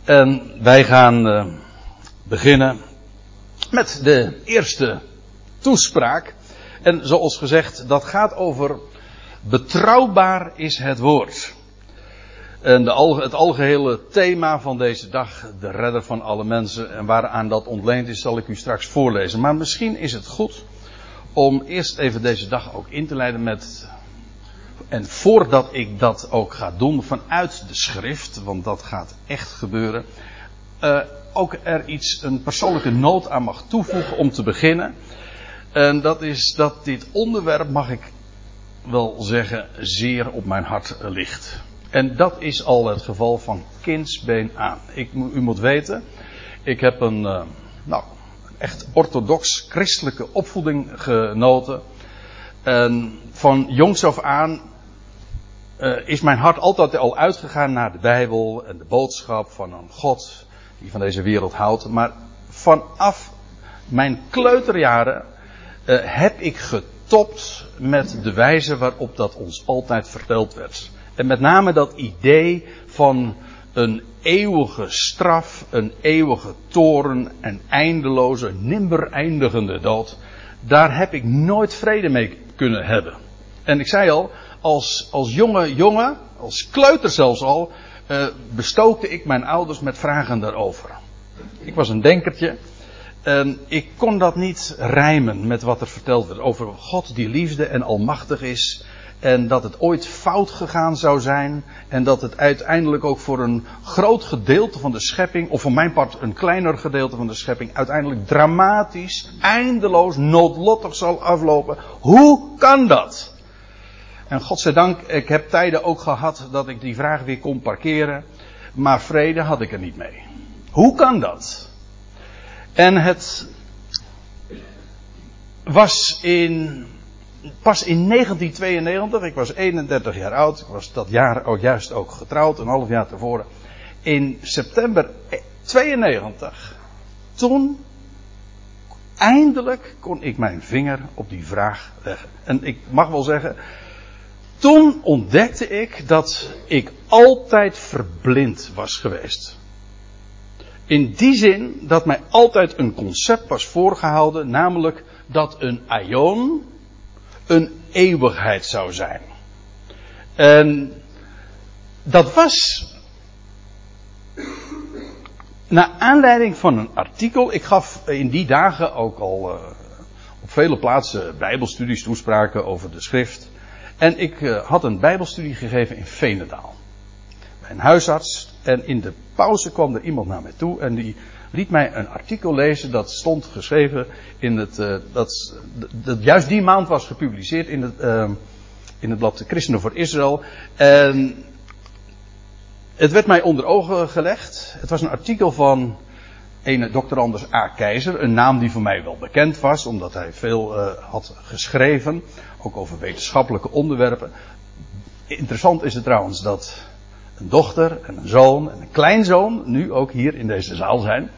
En wij gaan beginnen met de eerste toespraak. En zoals gezegd, dat gaat over betrouwbaar is het woord. En het algehele thema van deze dag, de redder van alle mensen, en waaraan dat ontleend is, zal ik u straks voorlezen. Maar misschien is het goed om eerst even deze dag ook in te leiden met, en voordat ik dat ook ga doen vanuit de schrift, want dat gaat echt gebeuren, ook er een persoonlijke noot aan mag toevoegen om te beginnen. En dat is dat dit onderwerp, mag ik wel zeggen, zeer op mijn hart ligt. En dat is al het geval van kindsbeen aan. U moet weten, ik heb een echt orthodox christelijke opvoeding genoten. En van jongs af aan is mijn hart altijd al uitgegaan naar de Bijbel en de boodschap van een God die van deze wereld houdt. Maar vanaf mijn kleuterjaren heb ik getopt met de wijze waarop dat ons altijd verteld werd. En met name dat idee van een eeuwige straf, een eeuwige toorn, een eindeloze, nimmer eindigende dood. Daar heb ik nooit vrede mee kunnen hebben. En ik zei al, als jonge jongen, als kleuter zelfs al, bestookte ik mijn ouders met vragen daarover. Ik was een denkertje. En ik kon dat niet rijmen met wat er verteld werd over God die liefde en almachtig is. En dat het ooit fout gegaan zou zijn. En dat het uiteindelijk ook voor een groot gedeelte van de schepping, of voor mijn part een kleiner gedeelte van de schepping, uiteindelijk dramatisch, eindeloos, noodlottig zal aflopen. Hoe kan dat? En godzijdank, ik heb tijden ook gehad dat ik die vraag weer kon parkeren. Maar vrede had ik er niet mee. Hoe kan dat? En het was pas in 1992, ik was 31 jaar oud, ik was dat jaar ook juist ook getrouwd, een half jaar tevoren. In september 92, toen eindelijk kon ik mijn vinger op die vraag leggen. En ik mag wel zeggen, toen ontdekte ik dat ik altijd verblind was geweest. In die zin dat mij altijd een concept was voorgehouden, namelijk dat een aion een eeuwigheid zou zijn. En dat was naar aanleiding van een artikel. Ik gaf in die dagen ook al op vele plaatsen bijbelstudies, toespraken over de schrift. En ik had een bijbelstudie gegeven in Veenendaal. Bij een huisarts. En in de pauze kwam er iemand naar mij toe en die liet mij een artikel lezen. Dat stond geschreven in dat juist die maand was gepubliceerd in het blad Christenen voor Israël. En het werd mij onder ogen gelegd. Het was een artikel van een Dr. Anders A. Keizer. Een naam die voor mij wel bekend was, omdat hij veel had geschreven. Ook over wetenschappelijke onderwerpen. Interessant is het trouwens dat een dochter en een zoon en een kleinzoon nu ook hier in deze zaal zijn.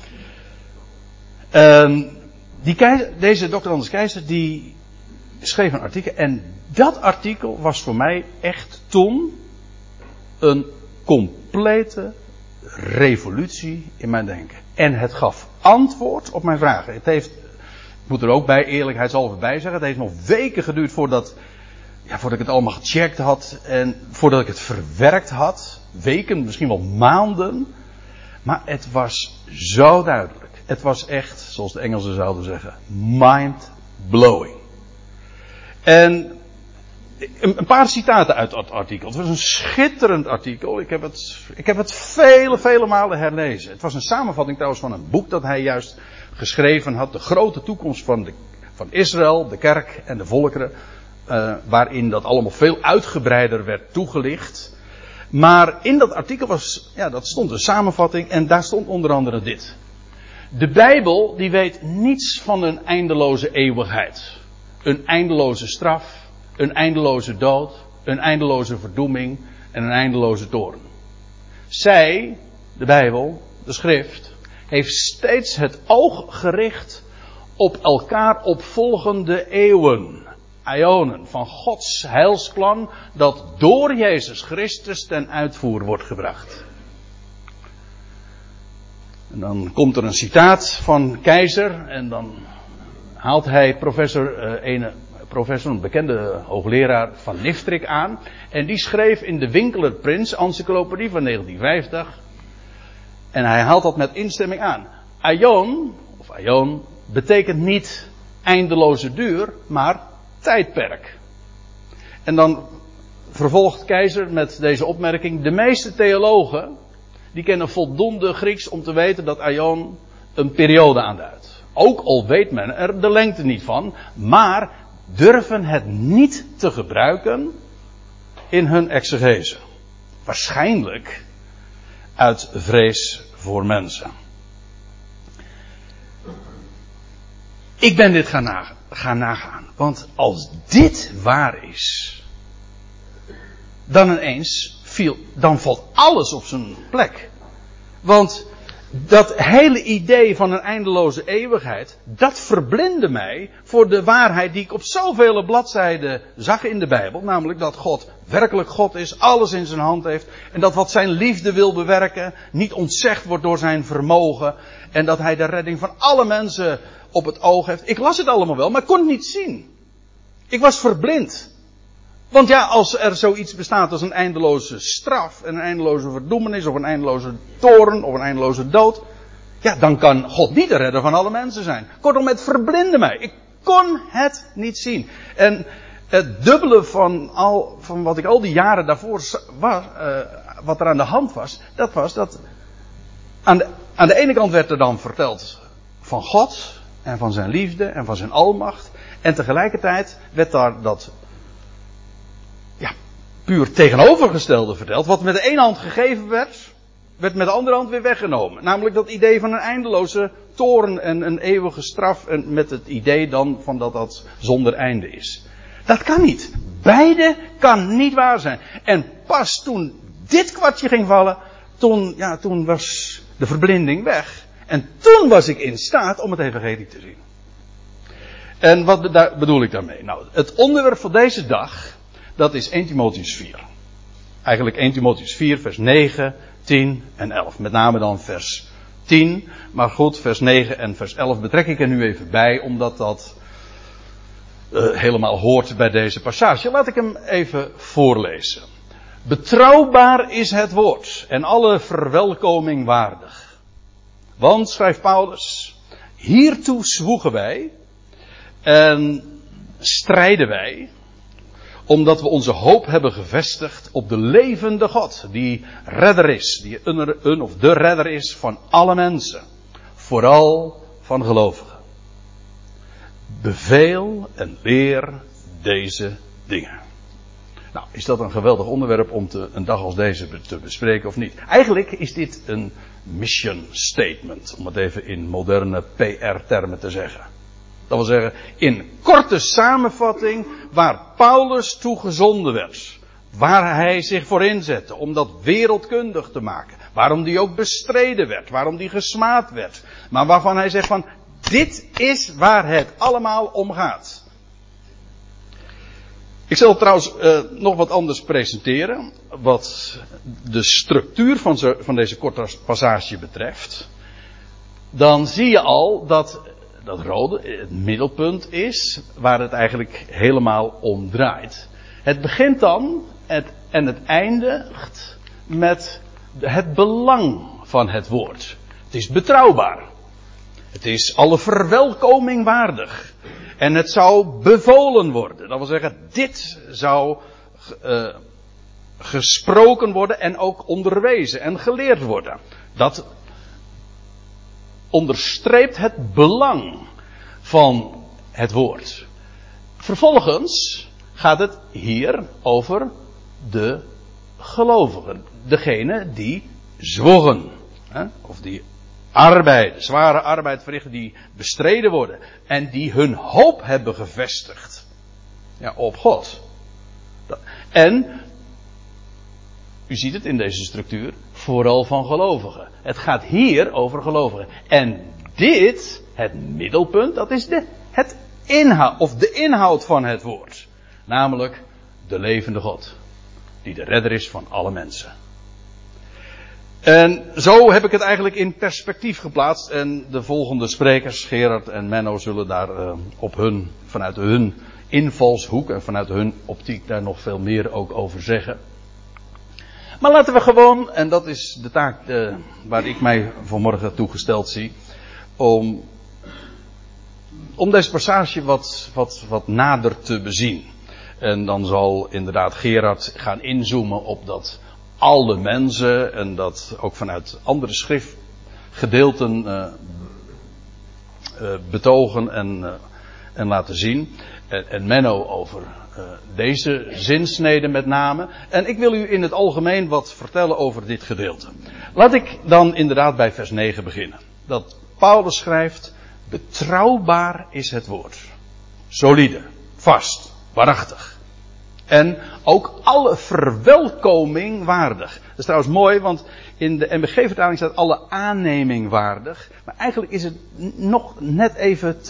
Deze Dr. Anders Keizer die schreef een artikel en dat artikel was voor mij echt toen een complete revolutie in mijn denken. En het gaf antwoord op mijn vragen. Ik moet er ook bij eerlijkheidshalve bij zeggen, het heeft nog weken geduurd voordat ik het allemaal gecheckt had en voordat ik het verwerkt had. Weken, misschien wel maanden. Maar het was zo duidelijk. Het was echt, zoals de Engelsen zouden zeggen, mind-blowing. En een paar citaten uit dat artikel. Het was een schitterend artikel. Ik heb het vele malen herlezen. Het was een samenvatting trouwens van een boek dat hij juist geschreven had. De grote toekomst van Israël, de kerk en de volkeren. Waarin dat allemaal veel uitgebreider werd toegelicht. Maar in dat artikel stond een samenvatting en daar stond onder andere dit. De Bijbel die weet niets van een eindeloze eeuwigheid. Een eindeloze straf, een eindeloze dood, een eindeloze verdoeming en een eindeloze toorn. Zij, de Bijbel, de schrift, heeft steeds het oog gericht op elkaar opvolgende eeuwen. Aionen van Gods heilsplan dat door Jezus Christus ten uitvoer wordt gebracht. En dan komt er een citaat van Keizer en dan haalt hij een bekende hoogleraar van Niftrik aan. En die schreef in de Winkeler Prins Encyclopedie van 1950. En hij haalt dat met instemming aan. Aion betekent niet eindeloze duur, maar tijdperk. En dan vervolgt Keizer met deze opmerking. De meeste theologen, die kennen voldoende Grieks om te weten dat aion een periode aanduidt. Ook al weet men er de lengte niet van, maar durven het niet te gebruiken in hun exegese. Waarschijnlijk uit vrees voor mensen. Ik ben dit gaan nagaan. Want als dit waar is, dan ineens dan valt alles op zijn plek. Want dat hele idee van een eindeloze eeuwigheid, dat verblindde mij voor de waarheid die ik op zoveel bladzijden zag in de Bijbel. Namelijk dat God werkelijk God is, alles in zijn hand heeft. En dat wat zijn liefde wil bewerken niet ontzegd wordt door zijn vermogen. En dat hij de redding van alle mensen op het oog heeft. Ik las het allemaal wel, maar ik kon het niet zien. Ik was verblind. Want ja, als er zoiets bestaat als een eindeloze straf, en een eindeloze verdoemenis, of een eindeloze toorn, of een eindeloze dood, ja, dan kan God niet de redder van alle mensen zijn. Kortom, het verblindde mij. Ik kon het niet zien. En het dubbele van wat ik al die jaren daarvoor wat er aan de hand was, dat was dat aan de ene kant werd er dan verteld van God, en van zijn liefde, en van zijn almacht, en tegelijkertijd werd daar dat puur tegenovergestelde verteld. Wat met de ene hand gegeven werd met de andere hand weer weggenomen. Namelijk dat idee van een eindeloze toorn en een eeuwige straf. En met het idee dan van dat zonder einde is. Dat kan niet. Beide kan niet waar zijn. En pas toen dit kwartje ging vallen, toen was de verblinding weg. En toen was ik in staat om het evangelie te zien. En wat bedoel ik daarmee? Nou, het onderwerp van deze dag, dat is 1 Timotheüs 4. Eigenlijk 1 Timotheüs 4 vers 9, 10 en 11. Met name dan vers 10. Maar goed, vers 9 en vers 11 betrek ik er nu even bij. Omdat dat helemaal hoort bij deze passage. Laat ik hem even voorlezen. Betrouwbaar is het woord en alle verwelkoming waardig. Want, schrijft Paulus, hiertoe zwoegen wij en strijden wij, omdat we onze hoop hebben gevestigd op de levende God, die redder is, die een of de redder is van alle mensen, vooral van gelovigen. Beveel en leer deze dingen. Nou, is dat een geweldig onderwerp om een dag als deze te bespreken of niet? Eigenlijk is dit een mission statement, om het even in moderne PR-termen te zeggen. Dat wil zeggen, in korte samenvatting waar Paulus toe gezonden werd. Waar hij zich voor inzette om dat wereldkundig te maken. Waarom die ook bestreden werd. Waarom die gesmaad werd. Maar waarvan hij zegt van, dit is waar het allemaal om gaat. Ik zal trouwens nog wat anders presenteren. Wat de structuur van deze korte passage betreft. Dan zie je al dat rode het middelpunt is waar het eigenlijk helemaal om draait. Het begint dan en het eindigt met het belang van het woord. Het is betrouwbaar. Het is alle verwelkoming waardig. En het zou bevolen worden. Dat wil zeggen, dit zou gesproken worden en ook onderwezen en geleerd worden. Dat onderstreept het belang van het woord. Vervolgens gaat het hier over de gelovigen. Degene die zwoegen. Of die zware arbeid verrichten, die bestreden worden. En die hun hoop hebben gevestigd. Ja, op God. En, u ziet het in deze structuur, vooral van gelovigen. Het gaat hier over gelovigen. En dit, het middelpunt, dat is de inhoud van het woord. Namelijk de levende God. Die de redder is van alle mensen. En zo heb ik het eigenlijk in perspectief geplaatst. En de volgende sprekers, Gerard en Menno, zullen daar vanuit hun invalshoek en vanuit hun optiek daar nog veel meer ook over zeggen. Maar laten we gewoon, en dat is de taak waar ik mij vanmorgen toegesteld zie, om deze passage wat nader te bezien. En dan zal inderdaad Gerard gaan inzoomen op dat alle mensen en dat ook vanuit andere schriftgedeelten betogen en laten zien. En Menno over deze zinsnede met name. En ik wil u in het algemeen wat vertellen over dit gedeelte. Laat ik dan inderdaad bij vers 9 beginnen. Dat Paulus schrijft: betrouwbaar is het woord. Solide, vast, waarachtig. En ook alle verwelkoming waardig. Dat is trouwens mooi, want in de MBG-vertaling staat alle aanneming waardig. Maar eigenlijk is het nog net even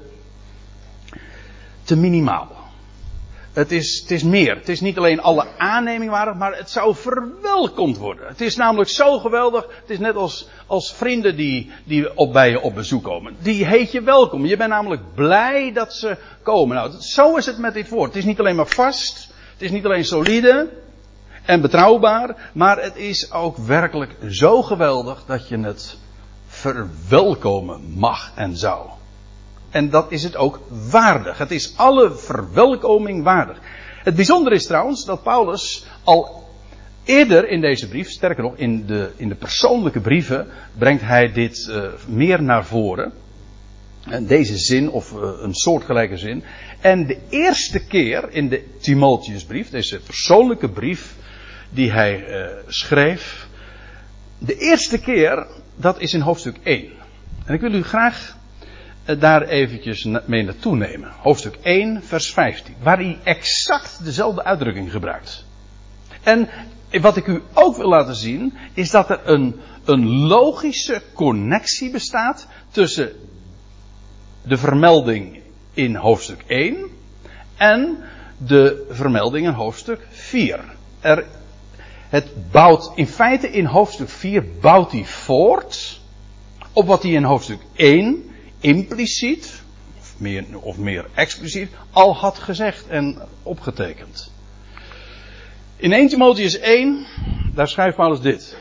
te minimaal. Het is meer. Het is niet alleen alle aanneming waardig, maar het zou verwelkomd worden. Het is namelijk zo geweldig. Het is net als vrienden die bij je op bezoek komen. Die heet je welkom. Je bent namelijk blij dat ze komen. Nou, zo is het met dit woord. Het is niet alleen maar vast. Het is niet alleen solide en betrouwbaar. Maar het is ook werkelijk zo geweldig dat je het verwelkomen mag en zou. En dat is het ook waardig. Het is alle verwelkoming waardig. Het bijzondere is trouwens dat Paulus al eerder in deze brief, sterker nog in de persoonlijke brieven, brengt hij dit meer naar voren. En deze zin of een soortgelijke zin. En de eerste keer in de Timotheusbrief, deze persoonlijke brief die hij schreef. De eerste keer, dat is in hoofdstuk 1. En ik wil u graag daar eventjes mee naartoe nemen. Hoofdstuk 1 vers 15. Waar hij exact dezelfde uitdrukking gebruikt. En wat ik u ook wil laten zien, is dat er een logische connectie bestaat tussen de vermelding in hoofdstuk 1 en de vermelding in hoofdstuk 4. Het bouwt in feite in hoofdstuk 4 bouwt hij voort op wat hij in hoofdstuk 1 impliciet of meer expliciet al had gezegd en opgetekend. In 1 Timotheus 1, daar schrijft Paulus dit.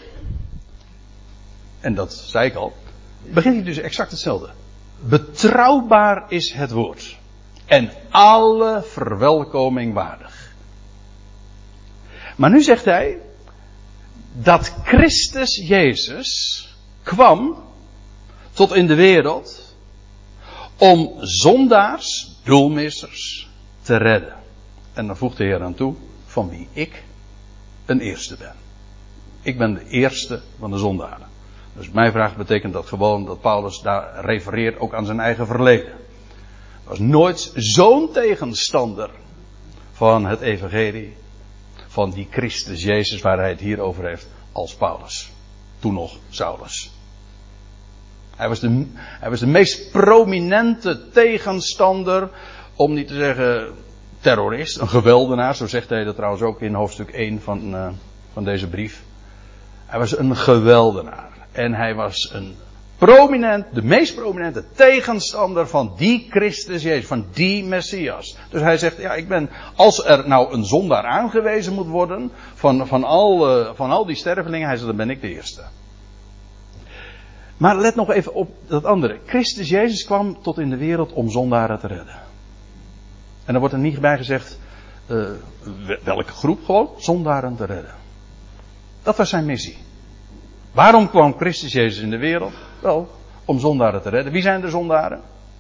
En dat zei ik al. Begint hij dus exact hetzelfde. Betrouwbaar is het woord. En alle verwelkoming waardig. Maar nu zegt hij dat Christus Jezus kwam tot in de wereld om zondaars, doelmissers te redden. En dan voegt de Heer aan toe, van wie ik een eerste ben. Ik ben de eerste van de zondaren. Dus mijn vraag betekent dat gewoon dat Paulus daar refereert ook aan zijn eigen verleden. Er was nooit zo'n tegenstander van het evangelie, van die Christus Jezus waar hij het hier over heeft, als Paulus. Toen nog Saulus. Hij was de meest prominente tegenstander, om niet te zeggen terrorist, een geweldenaar. Zo zegt hij dat trouwens ook in hoofdstuk 1 van deze brief. Hij was een geweldenaar. En hij was de meest prominente tegenstander van die Christus Jezus, van die Messias. Dus hij zegt, ja, als er nou een zondaar aangewezen moet worden van al die stervelingen, hij zegt, dan ben ik de eerste. Maar let nog even op dat andere. Christus Jezus kwam tot in de wereld om zondaren te redden. En dan wordt er niet bij gezegd, welke groep, gewoon zondaren te redden. Dat was zijn missie. Waarom kwam Christus Jezus in de wereld? Wel, om zondaren te redden. Wie zijn de zondaren?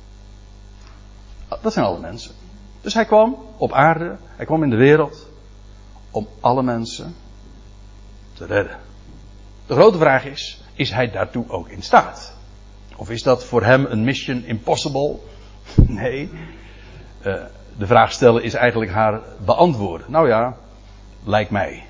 Dat zijn alle mensen. Dus hij kwam op aarde, hij kwam in de wereld om alle mensen te redden. De grote vraag is hij daartoe ook in staat? Of is dat voor hem een mission impossible? Nee. De vraag stellen is eigenlijk haar beantwoorden. Nou ja, lijkt mij.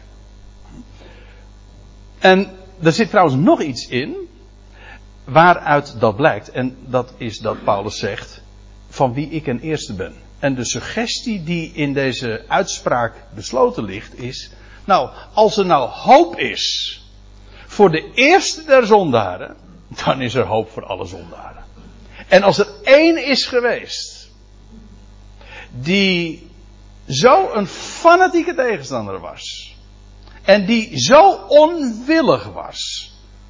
En er zit trouwens nog iets in waaruit dat blijkt. En dat is dat Paulus zegt van wie ik een eerste ben. En de suggestie die in deze uitspraak besloten ligt is, nou, als er nou hoop is voor de eerste der zondaren, dan is er hoop voor alle zondaren. En als er één is geweest die zo een fanatieke tegenstander was en die zo onwillig was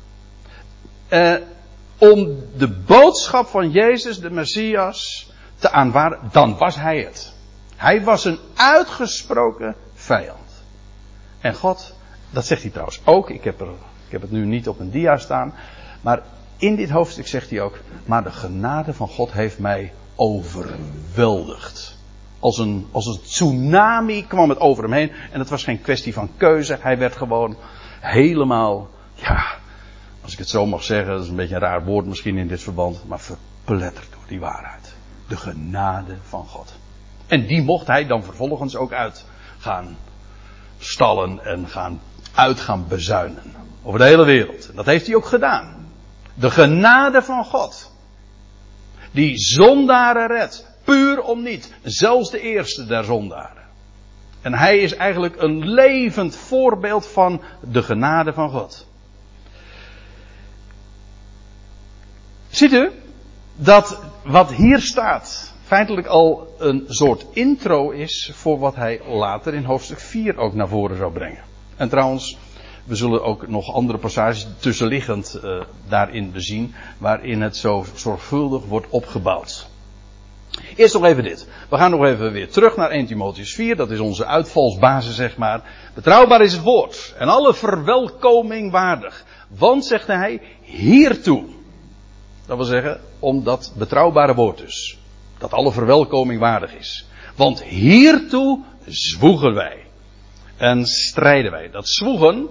om de boodschap van Jezus, de Messias, te aanvaarden, dan was hij het. Hij was een uitgesproken vijand. En God, dat zegt hij trouwens ook, ik heb het nu niet op een dia staan, maar in dit hoofdstuk zegt hij ook, maar de genade van God heeft mij overweldigd. Als een tsunami kwam het over hem heen. En het was geen kwestie van keuze. Hij werd gewoon helemaal, ja, als ik het zo mag zeggen, dat is een beetje een raar woord misschien in dit verband, maar verpletterd door die waarheid. De genade van God. En die mocht hij dan vervolgens ook uit gaan stallen en gaan bezuinen. Over de hele wereld. En dat heeft hij ook gedaan. De genade van God. Die zondaren redt. Puur om niet. Zelfs de eerste der zondaren. En hij is eigenlijk een levend voorbeeld van de genade van God. Ziet u dat wat hier staat feitelijk al een soort intro is voor wat hij later in hoofdstuk 4 ook naar voren zou brengen. En trouwens, we zullen ook nog andere passages tussenliggend daarin bezien, waarin het zo zorgvuldig wordt opgebouwd. Eerst nog even dit. We gaan nog even weer terug naar 1 Timotheüs 4. Dat is onze uitvalsbasis, zeg maar. Betrouwbaar is het woord. En alle verwelkoming waardig. Want, zegt hij, hiertoe. Dat wil zeggen, om dat betrouwbare woord dus. Dat alle verwelkoming waardig is. Want hiertoe zwoegen wij. En strijden wij. Dat zwoegen,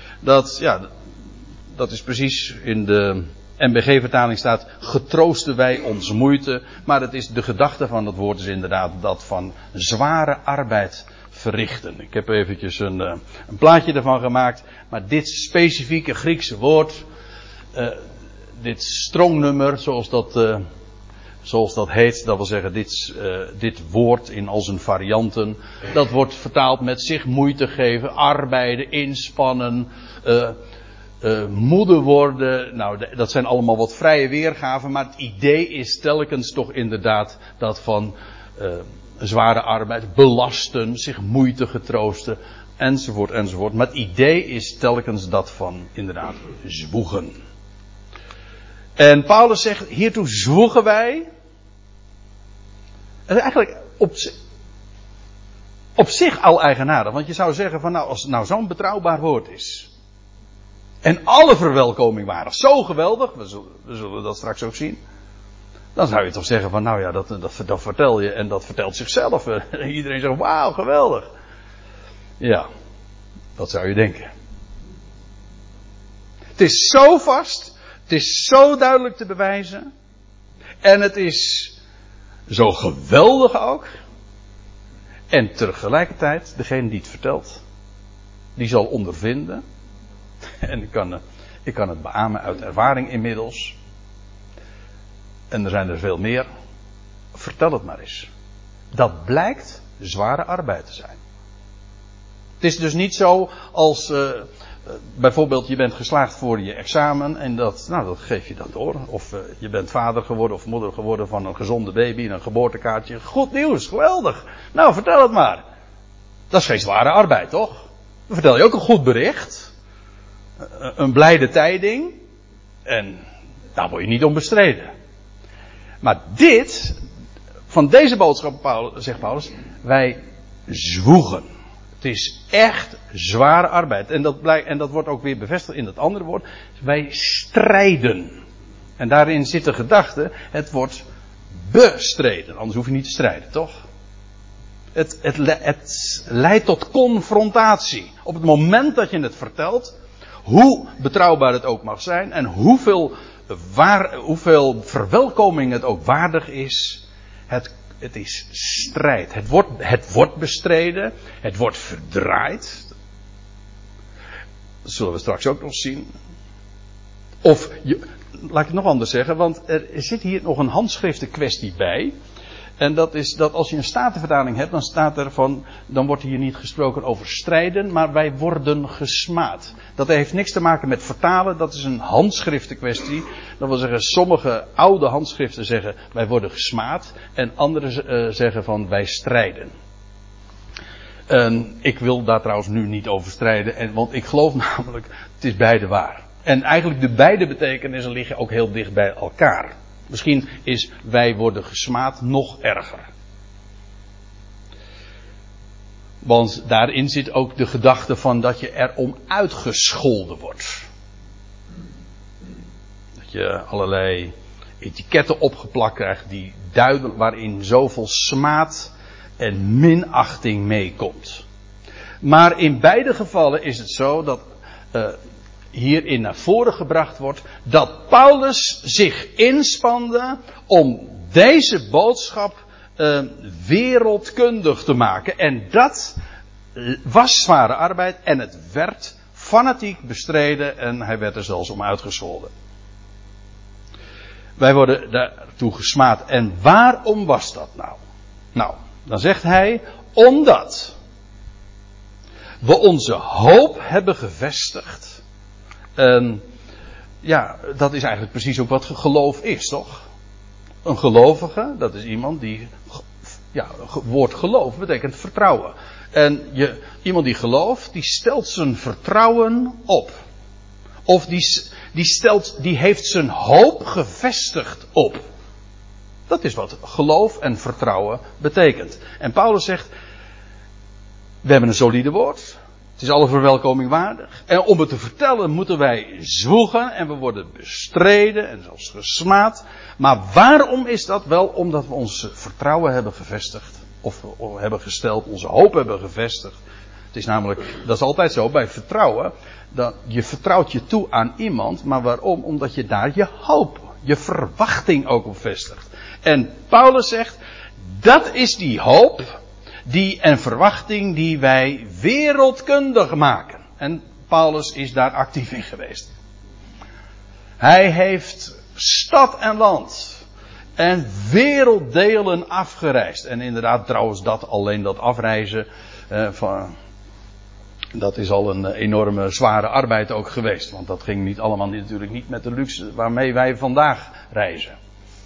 dat is precies in de MBG-vertaling staat, getroosten wij onze moeite. Maar het is de gedachte van het woord is inderdaad dat van zware arbeid verrichten. Ik heb eventjes een plaatje ervan gemaakt. Maar dit specifieke Griekse woord, dit strongnummer, zoals dat heet, dat wil zeggen dit woord in al zijn varianten, dat wordt vertaald met zich moeite geven, arbeiden, inspannen, moede worden. Nou, dat zijn allemaal wat vrije weergaven, maar het idee is telkens toch inderdaad dat van zware arbeid, belasten, zich moeite getroosten, enzovoort, enzovoort. Maar het idee is telkens dat van inderdaad zwoegen. En Paulus zegt, hiertoe zwoegen wij. En eigenlijk op zich al eigenaardig. Want je zou zeggen van nou, als het nou zo'n betrouwbaar woord is. En alle verwelkoming waardig. Zo geweldig. We zullen dat straks ook zien. Dan zou je toch zeggen van nou ja, dat vertel je. En dat vertelt zichzelf. Iedereen zegt wauw, geweldig. Ja, dat zou je denken. Het is zo vast. Het is zo duidelijk te bewijzen. En het is zo geweldig ook. En tegelijkertijd, degene die het vertelt, die zal ondervinden. En ik kan het beamen uit ervaring inmiddels. En er zijn er veel meer. Vertel het maar eens. Dat blijkt zware arbeid te zijn. Het is dus niet zo als bijvoorbeeld je bent geslaagd voor je examen en dat geef je dan door. Of je bent vader geworden of moeder geworden van een gezonde baby en een geboortekaartje. Goed nieuws, geweldig. Nou, vertel het maar. Dat is geen zware arbeid, toch? Dan vertel je ook een goed bericht. Een blijde tijding. En daar word je niet om bestreden. Maar van deze boodschap zegt Paulus, wij zwoegen. Het is echt zware arbeid. En dat wordt ook weer bevestigd in het andere woord. Wij strijden. En daarin zit de gedachte, het wordt bestreden. Anders hoef je niet te strijden, toch? Het leidt tot confrontatie. Op het moment dat je het vertelt, hoe betrouwbaar het ook mag zijn en hoeveel verwelkoming het ook waardig is, het is strijd. Het wordt bestreden. Het wordt verdraaid. Dat zullen we straks ook nog zien. Laat ik het nog anders zeggen, want er zit hier nog een handschriftenkwestie bij. En dat is dat als je een statenvertaling hebt, dan staat er van, dan wordt hier niet gesproken over strijden, maar wij worden gesmaad. Dat heeft niks te maken met vertalen, dat is een handschriftenkwestie. Dat wil zeggen, sommige oude handschriften zeggen wij worden gesmaad en andere zeggen van wij strijden. Ik wil daar trouwens nu niet over strijden, want ik geloof namelijk, het is beide waar. En eigenlijk de beide betekenissen liggen ook heel dicht bij elkaar. Misschien is wij worden gesmaad nog erger. Want daarin zit ook de gedachte van dat je erom uitgescholden wordt. Dat je allerlei etiketten opgeplakt krijgt die duidelijk, waarin zoveel smaad en minachting meekomt. Maar in beide gevallen is het zo dat hierin naar voren gebracht wordt dat Paulus zich inspande om deze boodschap wereldkundig te maken. En dat was zware arbeid en het werd fanatiek bestreden en hij werd er zelfs om uitgescholden. Wij worden daartoe gesmaad. En waarom was dat nou? Nou, dan zegt hij, omdat we onze hoop hebben gevestigd. Ja, dat is eigenlijk precies ook wat geloof is, toch? Een gelovige, dat is iemand die, ja, woord geloof betekent vertrouwen. En iemand die gelooft, die stelt zijn vertrouwen op. Of die heeft zijn hoop gevestigd op. Dat is wat geloof en vertrouwen betekent. En Paulus zegt, we hebben een solide woord. Het is alle verwelkoming waardig. En om het te vertellen moeten wij zwoegen en we worden bestreden en zelfs gesmaad. Maar waarom is dat? Wel omdat we ons vertrouwen hebben gevestigd. Of hebben gesteld, onze hoop hebben gevestigd. Het is namelijk, dat is altijd zo bij vertrouwen. Dat je vertrouwt je toe aan iemand. Maar waarom? Omdat je daar je hoop, je verwachting ook op vestigt. En Paulus zegt, dat is die hoop en verwachting die wij wereldkundig maken. En Paulus is daar actief in geweest. Hij heeft stad en land en werelddelen afgereisd. En inderdaad, trouwens, alleen dat afreizen, dat is al een enorme zware arbeid ook geweest. Want dat ging niet allemaal natuurlijk niet met de luxe waarmee wij vandaag reizen.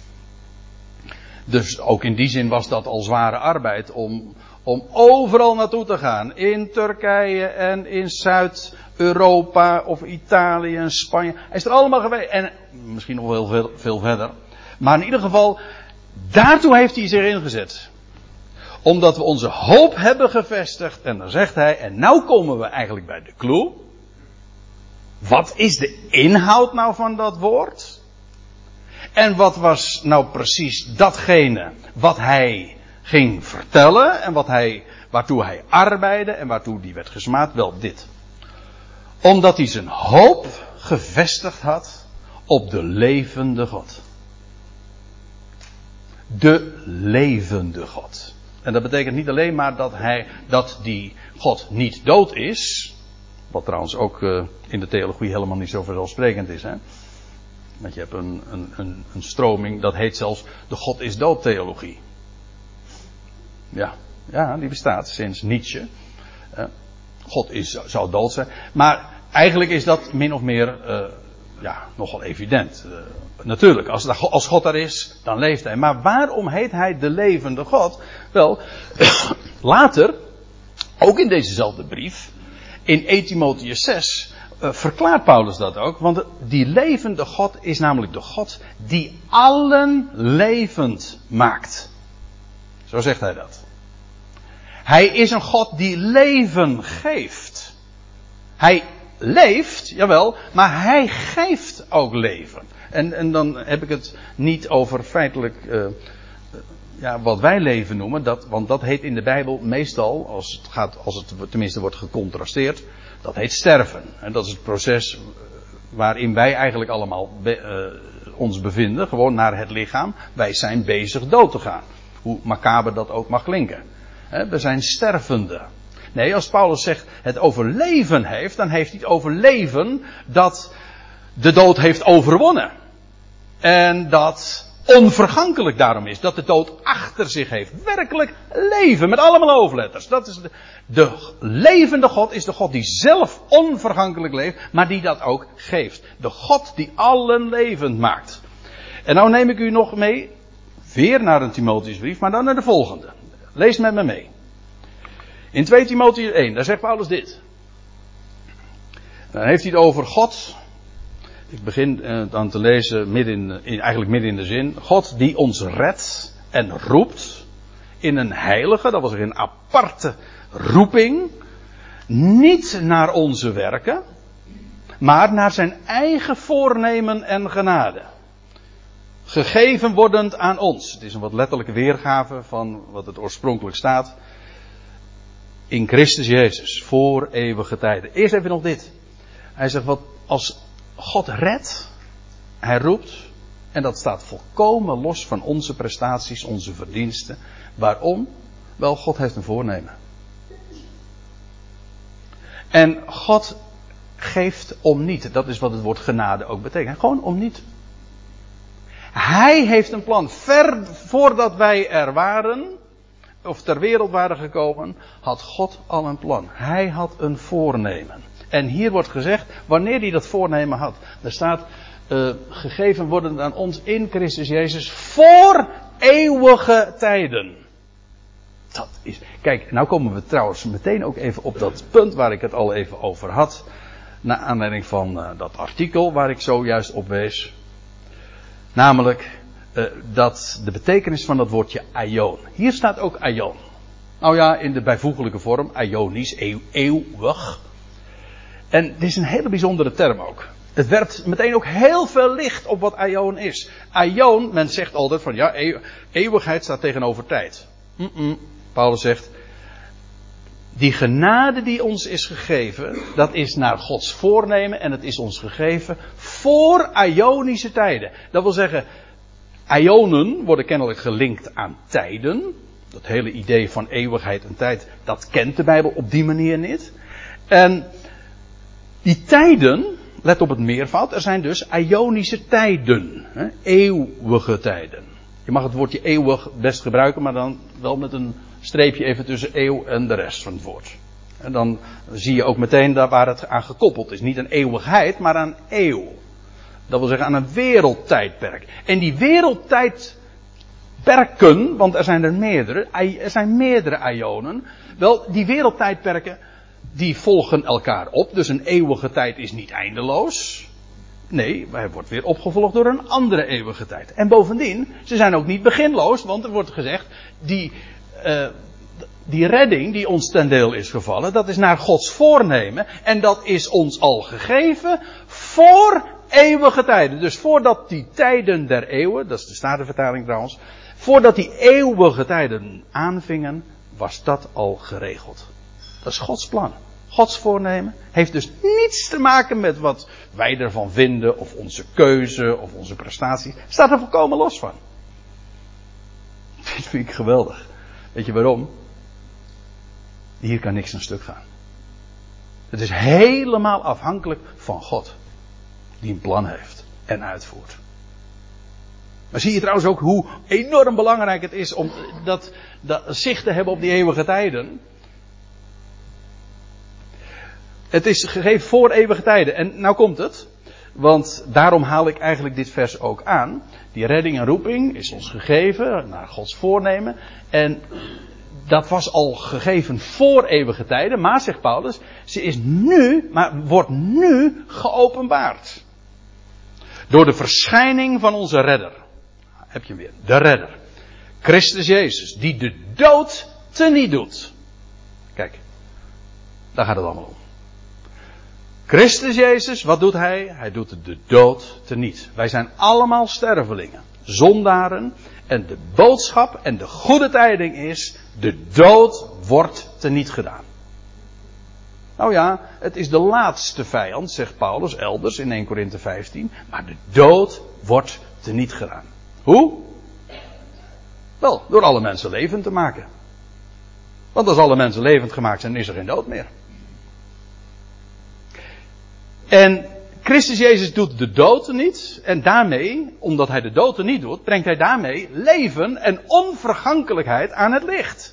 Dus ook in die zin was dat al zware arbeid om overal naartoe te gaan. In Turkije en in Zuid-Europa of Italië en Spanje. Hij is er allemaal geweest. En misschien nog wel veel verder. Maar in ieder geval, daartoe heeft hij zich ingezet. Omdat we onze hoop hebben gevestigd. En dan zegt hij, en nou komen we eigenlijk bij de clue. Wat is de inhoud nou van dat woord? En wat was nou precies datgene wat hij ging vertellen en waartoe hij arbeidde en waartoe hij werd gesmaad? Wel dit. Omdat hij zijn hoop gevestigd had op de levende God. De levende God. En dat betekent niet alleen maar dat die God niet dood is. Wat trouwens ook in de theologie helemaal niet zo vanzelfsprekend is, hè. Want je hebt een stroming, dat heet zelfs de God is dood theologie. Ja, die bestaat sinds Nietzsche. God zou dood zijn. Maar eigenlijk is dat min of meer nogal evident. Natuurlijk, als God er is, dan leeft hij. Maar waarom heet hij de levende God? Wel, later, ook in dezezelfde brief, in 1 Timotheüs 6... verklaart Paulus dat ook, want die levende God is namelijk de God die allen levend maakt. Zo zegt hij dat. Hij is een God die leven geeft. Hij leeft, jawel, maar hij geeft ook leven. En dan heb ik het niet over feitelijk wat wij leven noemen, want dat heet in de Bijbel meestal, als het tenminste wordt gecontrasteerd, dat heet sterven. En dat is het proces waarin wij eigenlijk allemaal ons bevinden. Gewoon naar het lichaam. Wij zijn bezig dood te gaan. Hoe macaber dat ook mag klinken. We zijn stervende. Nee, als Paulus zegt het over leven heeft, dan heeft hij het over leven dat de dood heeft overwonnen. En dat onvergankelijk daarom is. Dat de dood achter zich heeft. Werkelijk leven met allemaal hoofdletters. Dat is de levende God is de God die zelf onvergankelijk leeft. Maar die dat ook geeft. De God die allen levend maakt. En nou neem ik u nog mee. Weer naar een Timotheusbrief. Maar dan naar de volgende. Lees met me mee. In 2 Timotheus 1. Daar zegt Paulus dit. Dan heeft hij het over God. Ik begin dan te lezen eigenlijk midden in de zin. God die ons redt en roept in een heilige, dat was een aparte roeping. Niet naar onze werken, maar naar zijn eigen voornemen en genade. Gegeven wordend aan ons. Het is een wat letterlijke weergave van wat het oorspronkelijk staat. In Christus Jezus, voor eeuwige tijden. Eerst even nog dit. Hij zegt, wat als God redt, hij roept, en dat staat volkomen los van onze prestaties, onze verdiensten. Waarom? Wel, God heeft een voornemen. En God geeft om niet. Dat is wat het woord genade ook betekent. Gewoon om niet. Hij heeft een plan. Ver voordat wij er waren, of ter wereld waren gekomen, had God al een plan. Hij had een voornemen. En hier wordt gezegd, wanneer hij dat voornemen had. Er staat, gegeven worden aan ons in Christus Jezus voor eeuwige tijden. Dat is, kijk, nou komen we trouwens meteen ook even op dat punt waar ik het al even over had. Naar aanleiding van dat artikel waar ik zojuist op wees. Namelijk, dat de betekenis van dat woordje aion. Hier staat ook aion. Nou ja, in de bijvoeglijke vorm, aionisch, eeuwig. En dit is een hele bijzondere term ook. Het werpt meteen ook heel veel licht op wat aion is. Aion, men zegt altijd van ja, eeuwigheid staat tegenover tijd. Paulus zegt, die genade die ons is gegeven, dat is naar Gods voornemen en het is ons gegeven voor aionische tijden. Dat wil zeggen, aionen worden kennelijk gelinkt aan tijden. Dat hele idee van eeuwigheid en tijd, dat kent de Bijbel op die manier niet. En die tijden, let op het meervoud, er zijn dus aionische tijden. Eeuwige tijden. Je mag het woordje eeuwig best gebruiken, maar dan wel met een streepje even tussen eeuw en de rest van het woord. En dan zie je ook meteen daar waar het aan gekoppeld is. Niet aan eeuwigheid, maar aan eeuw. Dat wil zeggen aan een wereldtijdperk. En die wereldtijdperken, want er zijn meerdere aionen. Wel, die wereldtijdperken, die volgen elkaar op. Dus een eeuwige tijd is niet eindeloos. Nee, hij wordt weer opgevolgd door een andere eeuwige tijd. En bovendien, ze zijn ook niet beginloos, want er wordt gezegd, die redding die ons ten deel is gevallen, dat is naar Gods voornemen. En dat is ons al gegeven voor eeuwige tijden. Dus voordat die tijden der eeuwen, dat is de Statenvertaling trouwens, voordat die eeuwige tijden aanvingen, was dat al geregeld. Dat is Gods plan. Gods voornemen heeft dus niets te maken met wat wij ervan vinden, of onze keuze, of onze prestaties. Staat er volkomen los van. Dit vind ik geweldig. Weet je waarom? Hier kan niks aan stuk gaan. Het is helemaal afhankelijk van God. Die een plan heeft en uitvoert. Maar zie je trouwens ook hoe enorm belangrijk het is om dat zicht te hebben op die eeuwige tijden. Het is gegeven voor eeuwige tijden. En nou komt het. Want daarom haal ik eigenlijk dit vers ook aan. Die redding en roeping is ons gegeven naar Gods voornemen. En dat was al gegeven voor eeuwige tijden. Maar, zegt Paulus, ze is nu, maar wordt nu geopenbaard. Door de verschijning van onze redder. Heb je hem weer. De redder. Christus Jezus. Die de dood teniet doet. Kijk. Daar gaat het allemaal om. Christus Jezus, wat doet hij? Hij doet de dood teniet. Wij zijn allemaal stervelingen. Zondaren. En de boodschap en de goede tijding is, de dood wordt teniet gedaan. Nou ja, het is de laatste vijand, zegt Paulus elders in 1 Korinthe 15. Maar de dood wordt teniet gedaan. Hoe? Wel, door alle mensen levend te maken. Want als alle mensen levend gemaakt zijn, is er geen dood meer. En Christus Jezus doet de dood niet. En daarmee, omdat hij de dood niet doet, brengt hij daarmee leven en onvergankelijkheid aan het licht.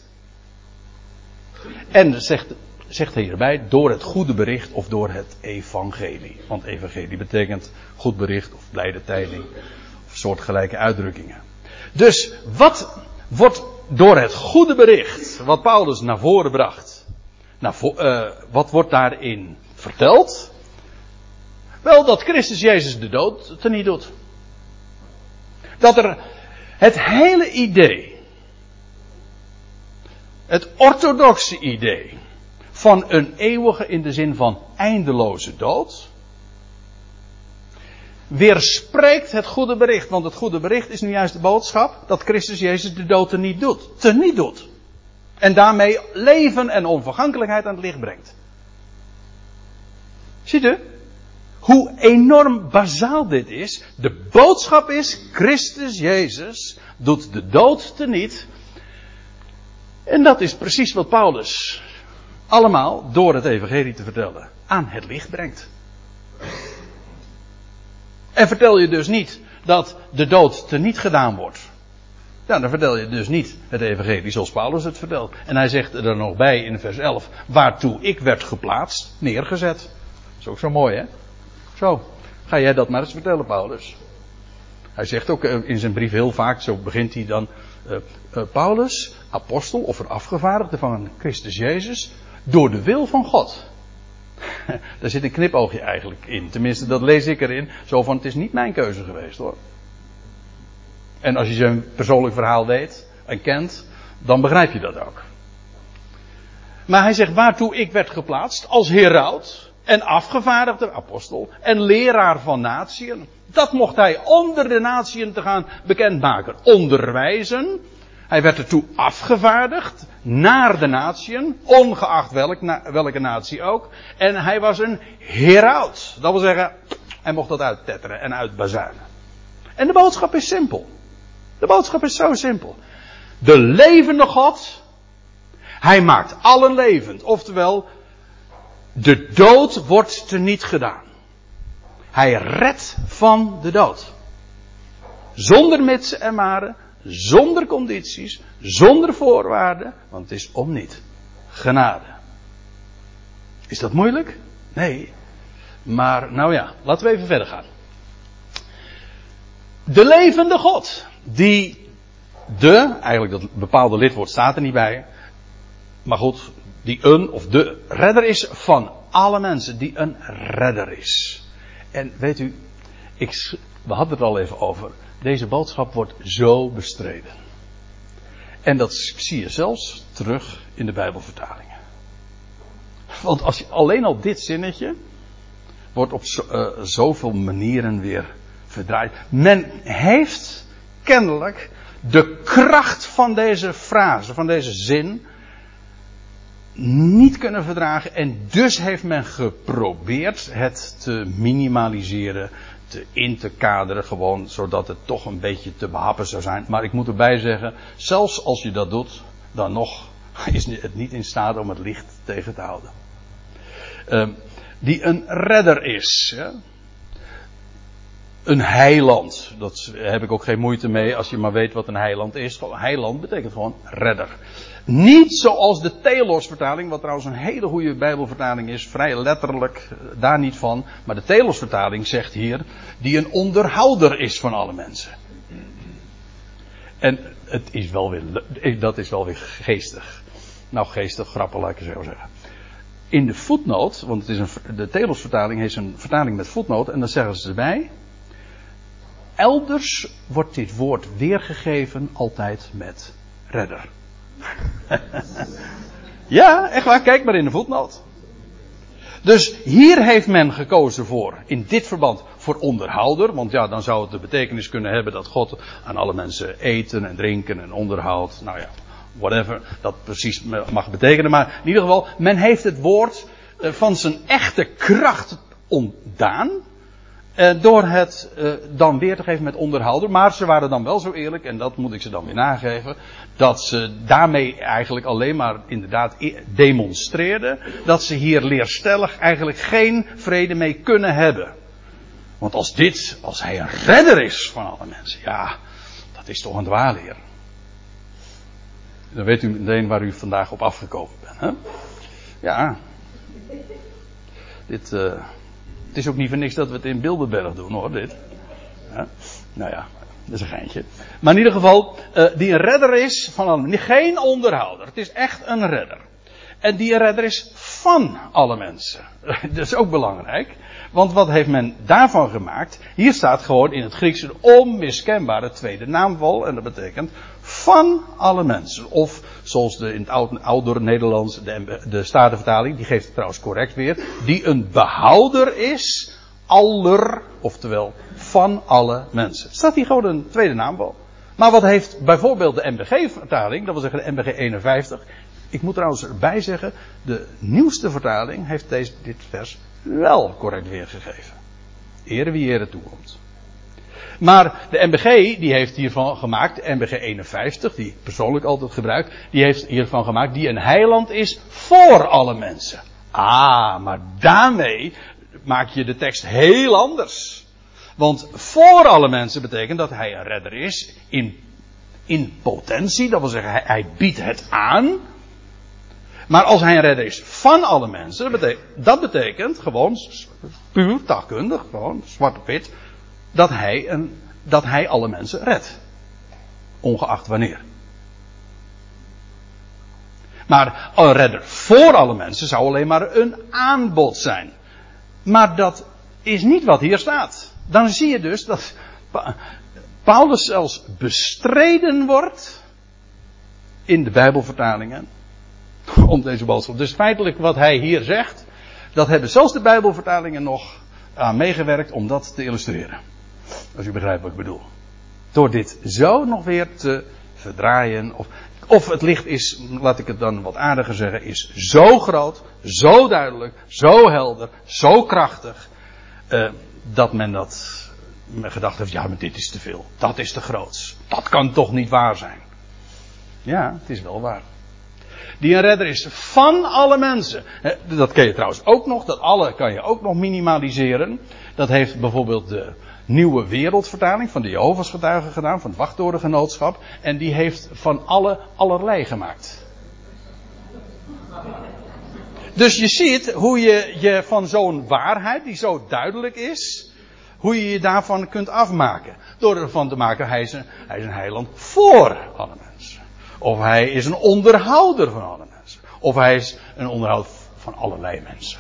En zegt hij hierbij, door het goede bericht of door het evangelie. Want evangelie betekent goed bericht of blijde tijding. Of soortgelijke uitdrukkingen. Dus wat wordt door het goede bericht, wat Paulus naar voren bracht. Wat wordt daarin verteld? Wel, dat Christus Jezus de dood teniet doet. Dat er het hele idee, het orthodoxe idee van een eeuwige in de zin van eindeloze dood, weerspreekt het goede bericht. Want het goede bericht is nu juist de boodschap dat Christus Jezus de dood teniet doet. En daarmee leven en onvergankelijkheid aan het licht brengt. Ziet u? Hoe enorm bazaal dit is. De boodschap is, Christus Jezus doet de dood teniet. En dat is precies wat Paulus allemaal door het evangelie te vertellen aan het licht brengt. En vertel je dus niet dat de dood teniet gedaan wordt. Ja, dan vertel je dus niet het evangelie zoals Paulus het vertelt. En hij zegt er nog bij in vers 11, waartoe ik werd geplaatst, neergezet. Dat is ook zo mooi, hè? Zo, ga jij dat maar eens vertellen, Paulus. Hij zegt ook in zijn brief heel vaak, zo begint hij dan, Paulus, apostel of een afgevaardigde van Christus Jezus, door de wil van God. Daar zit een knipoogje eigenlijk in. Tenminste, dat lees ik erin. Zo van, het is niet mijn keuze geweest, hoor. En als je zijn persoonlijk verhaal weet en kent, dan begrijp je dat ook. Maar hij zegt, waartoe ik werd geplaatst als heraut en afgevaardigde apostel en leraar van natieën. Dat mocht hij onder de natieën te gaan bekendmaken. Onderwijzen. Hij werd ertoe afgevaardigd naar de natieën, ongeacht welke natie ook. En hij was een heraut. Dat wil zeggen, hij mocht dat uittetteren en uitbazuinen. En de boodschap is simpel. De boodschap is zo simpel. De levende God, hij maakt allen levend. Oftewel, de dood wordt teniet gedaan. Hij redt van de dood. Zonder mitsen en maren, zonder condities, zonder voorwaarden, want het is om niet. Genade. Is dat moeilijk? Nee. Maar, nou ja, laten we even verder gaan. De levende God, die eigenlijk dat bepaalde lidwoord staat er niet bij, maar goed, die een of de redder is van alle mensen, die een redder is. En weet u, we hadden het er al even over, deze boodschap wordt zo bestreden. En dat zie je zelfs terug in de Bijbelvertalingen. Want als je alleen al dit zinnetje wordt op zoveel manieren weer verdraaid. Men heeft kennelijk de kracht van deze frase, van deze zin, niet kunnen verdragen. En dus heeft men geprobeerd het te minimaliseren, in te kaderen, gewoon zodat het toch een beetje te behappen zou zijn. Maar ik moet erbij zeggen, zelfs als je dat doet, dan nog is het niet in staat om het licht tegen te houden. Die een redder is. Ja? Een heiland. Dat heb ik ook geen moeite mee als je maar weet wat een heiland is. Heiland betekent gewoon redder. Niet zoals de Telos-vertaling, wat trouwens een hele goede Bijbelvertaling is, vrij letterlijk, daar niet van. Maar de Telos-vertaling zegt hier, die een onderhouder is van alle mensen. En het is wel weer, dat is wel weer geestig. Nou, geestig, grappig, laat ik het zo zeggen. In de voetnoot, want het is de Telos-vertaling heeft een vertaling met voetnoot, en dan zeggen ze erbij, elders wordt dit woord weergegeven altijd met redder. Ja, echt waar, kijk maar in de voetnoot. Dus hier heeft men gekozen voor, in dit verband, voor onderhouder. Want ja, dan zou het de betekenis kunnen hebben dat God aan alle mensen eten en drinken en onderhoud. Nou ja, whatever dat precies mag betekenen. Maar in ieder geval, men heeft het woord van zijn echte kracht ontdaan. Door het dan weer te geven met onderhouder. Maar ze waren dan wel zo eerlijk, en dat moet ik ze dan weer nageven, dat ze daarmee eigenlijk alleen maar inderdaad demonstreerden dat ze hier leerstellig eigenlijk geen vrede mee kunnen hebben. Want als hij een redder is van alle mensen, ja, dat is toch een dwaalleer. Dan weet u meteen waar u vandaag op afgekomen bent. Hè? Ja. Het is ook niet voor niks dat we het in Bilderberg doen, hoor, dit. Ja? Nou ja, dat is een geintje. Maar in ieder geval, die een redder is van alle mensen. Geen onderhouder. Het is echt een redder. En die een redder is van alle mensen. Dat is ook belangrijk. Want wat heeft men daarvan gemaakt? Hier staat gewoon in het Grieks een onmiskenbare tweede naamval. En dat betekent van alle mensen. Of zoals in het oudere Nederlands, de Statenvertaling, die geeft het trouwens correct weer. Die een behouder is, aller, oftewel van alle mensen. Staat hier gewoon een tweede naamval. Maar wat heeft bijvoorbeeld de MBG-vertaling, dat wil zeggen de MBG 51. Ik moet trouwens erbij zeggen, de nieuwste vertaling heeft dit vers wel correct weergegeven. Ere wie ere toekomt. Maar de MBG, die heeft hiervan gemaakt, de MBG 51, die ik persoonlijk altijd gebruik, die heeft hiervan gemaakt, die een heiland is voor alle mensen. Maar daarmee maak je de tekst heel anders. Want voor alle mensen betekent dat hij een redder is in potentie, dat wil zeggen hij biedt het aan. Maar als hij een redder is van alle mensen, dat betekent gewoon puur taalkundig, gewoon zwart op wit, dat hij alle mensen redt. Ongeacht wanneer. Maar een redder voor alle mensen zou alleen maar een aanbod zijn. Maar dat is niet wat hier staat. Dan zie je dus dat Paulus zelfs bestreden wordt in de Bijbelvertalingen om deze boodschap. Dus feitelijk wat hij hier zegt, dat hebben zelfs de Bijbelvertalingen nog aan meegewerkt om dat te illustreren. Als u begrijpt wat ik bedoel. Door dit zo nog weer te verdraaien. Of het licht is, laat ik het dan wat aardiger zeggen, is zo groot, zo duidelijk, zo helder, zo krachtig. Dat men gedacht heeft, ja, maar dit is te veel. Dat is te groots. Dat kan toch niet waar zijn. Ja, het is wel waar. Die een redder is van alle mensen. Dat ken je trouwens ook nog. Dat alle kan je ook nog minimaliseren. Dat heeft bijvoorbeeld de Nieuwe Wereldvertaling van de Jehovah's Getuigen gedaan. Van het Wachttorengenootschap. En die heeft van allerlei gemaakt. Dus je ziet hoe je van zo'n waarheid die zo duidelijk is, hoe je daarvan kunt afmaken. Door ervan te maken, hij is een heiland voor alle mensen. Of hij is een onderhouder van alle mensen. Of hij is een onderhouder van allerlei mensen.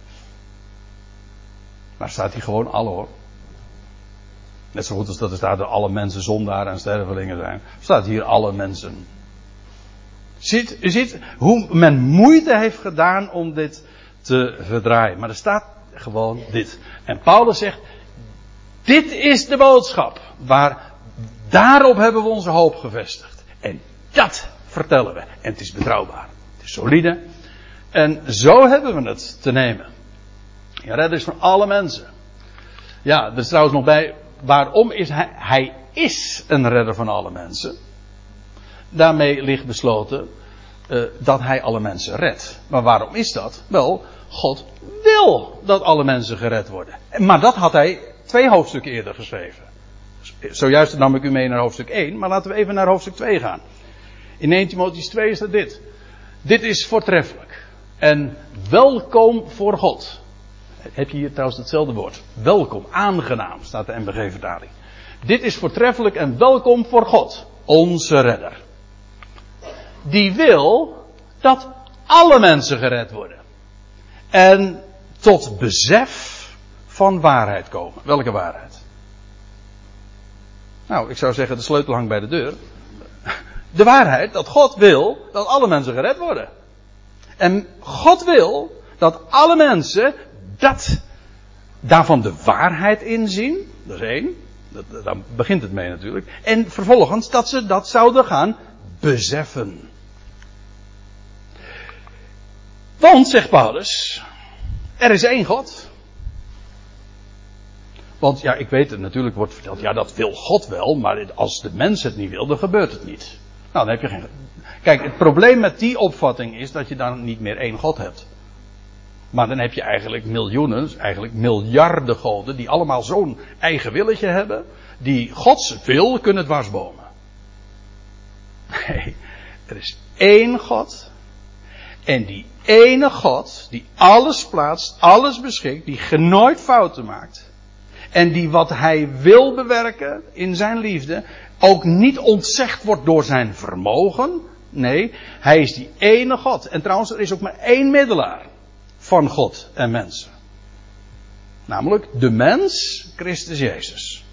Maar staat hier gewoon alle, hoor. Net zo goed als dat er staat dat alle mensen zondaren en stervelingen zijn. Staat hier alle mensen. U ziet hoe men moeite heeft gedaan om dit te verdraaien. Maar er staat gewoon dit. En Paulus zegt, dit is de boodschap. Daarop hebben we onze hoop gevestigd. En dat vertellen we. En het is betrouwbaar. Het is solide. En zo hebben we het te nemen. Ja, dat is van alle mensen. Ja, er is trouwens nog bij. Waarom is hij? Hij is een redder van alle mensen. Daarmee ligt besloten dat hij alle mensen redt. Maar waarom is dat? Wel, God wil dat alle mensen gered worden. Maar dat had hij 2 hoofdstukken eerder geschreven. Zojuist nam ik u mee naar hoofdstuk 1, maar laten we even naar hoofdstuk 2 gaan. In 1 Timotheüs 2 is dat dit. Dit is voortreffelijk. En welkom voor God. Heb je hier trouwens hetzelfde woord. Welkom, aangenaam, staat de MBG-vertaling. Dit is voortreffelijk en welkom voor God, onze redder. Die wil dat alle mensen gered worden. En tot besef van waarheid komen. Welke waarheid? Nou, ik zou zeggen, de sleutel hangt bij de deur. De waarheid dat God wil dat alle mensen gered worden. En God wil dat alle mensen daarvan de waarheid inzien. Dat is 1. Daar begint het mee natuurlijk. En vervolgens dat ze dat zouden gaan beseffen. Want, zegt Paulus, er is 1 God. Want ja, ik weet het, natuurlijk wordt verteld, ja, dat wil God wel, maar als de mens het niet wil, dan gebeurt het niet. Nou, dan heb je geen. Kijk, het probleem met die opvatting is dat je dan niet meer 1 God hebt. Maar dan heb je eigenlijk miljoenen, eigenlijk miljarden goden, die allemaal zo'n eigen willetje hebben, die Gods wil kunnen dwarsbomen. Nee, er is één God. En die ene God, die alles plaatst, alles beschikt, die nooit fouten maakt. En die wat hij wil bewerken in zijn liefde, ook niet ontzegd wordt door zijn vermogen. Nee, hij is die ene God. En trouwens, er is ook maar één middelaar van God en mensen. Namelijk de mens, Christus Jezus.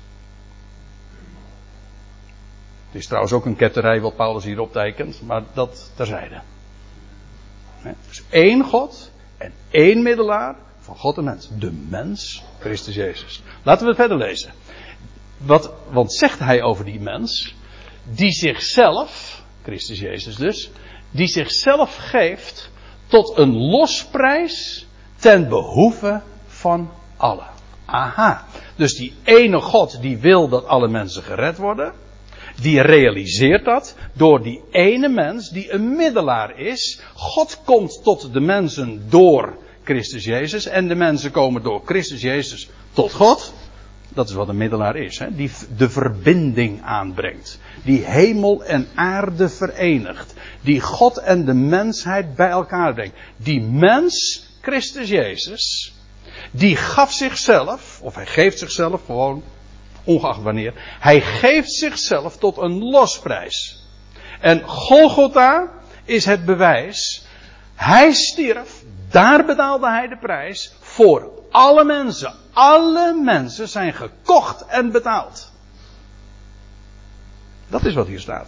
Het is trouwens ook een ketterij wat Paulus hier optekent, maar dat terzijde. Dus één God en één middelaar van God en mens. De mens, Christus Jezus. Laten we het verder lezen. Want zegt hij over die mens, die zichzelf, Christus Jezus dus, die zichzelf geeft tot een losprijs ten behoeve van allen. Aha. Dus die ene God die wil dat alle mensen gered worden, die realiseert dat door die ene mens die een middelaar is. God komt tot de mensen door Christus Jezus en de mensen komen door Christus Jezus tot God. Dat is wat een middelaar is, hè? Die de verbinding aanbrengt. Die hemel en aarde verenigt. Die God en de mensheid bij elkaar brengt. Die mens, Christus Jezus, die gaf zichzelf, of hij geeft zichzelf gewoon, ongeacht wanneer, hij geeft zichzelf tot een losprijs. En Golgotha is het bewijs. Hij stierf, daar betaalde hij de prijs voor alle mensen. Alle mensen zijn gekocht en betaald. Dat is wat hier staat.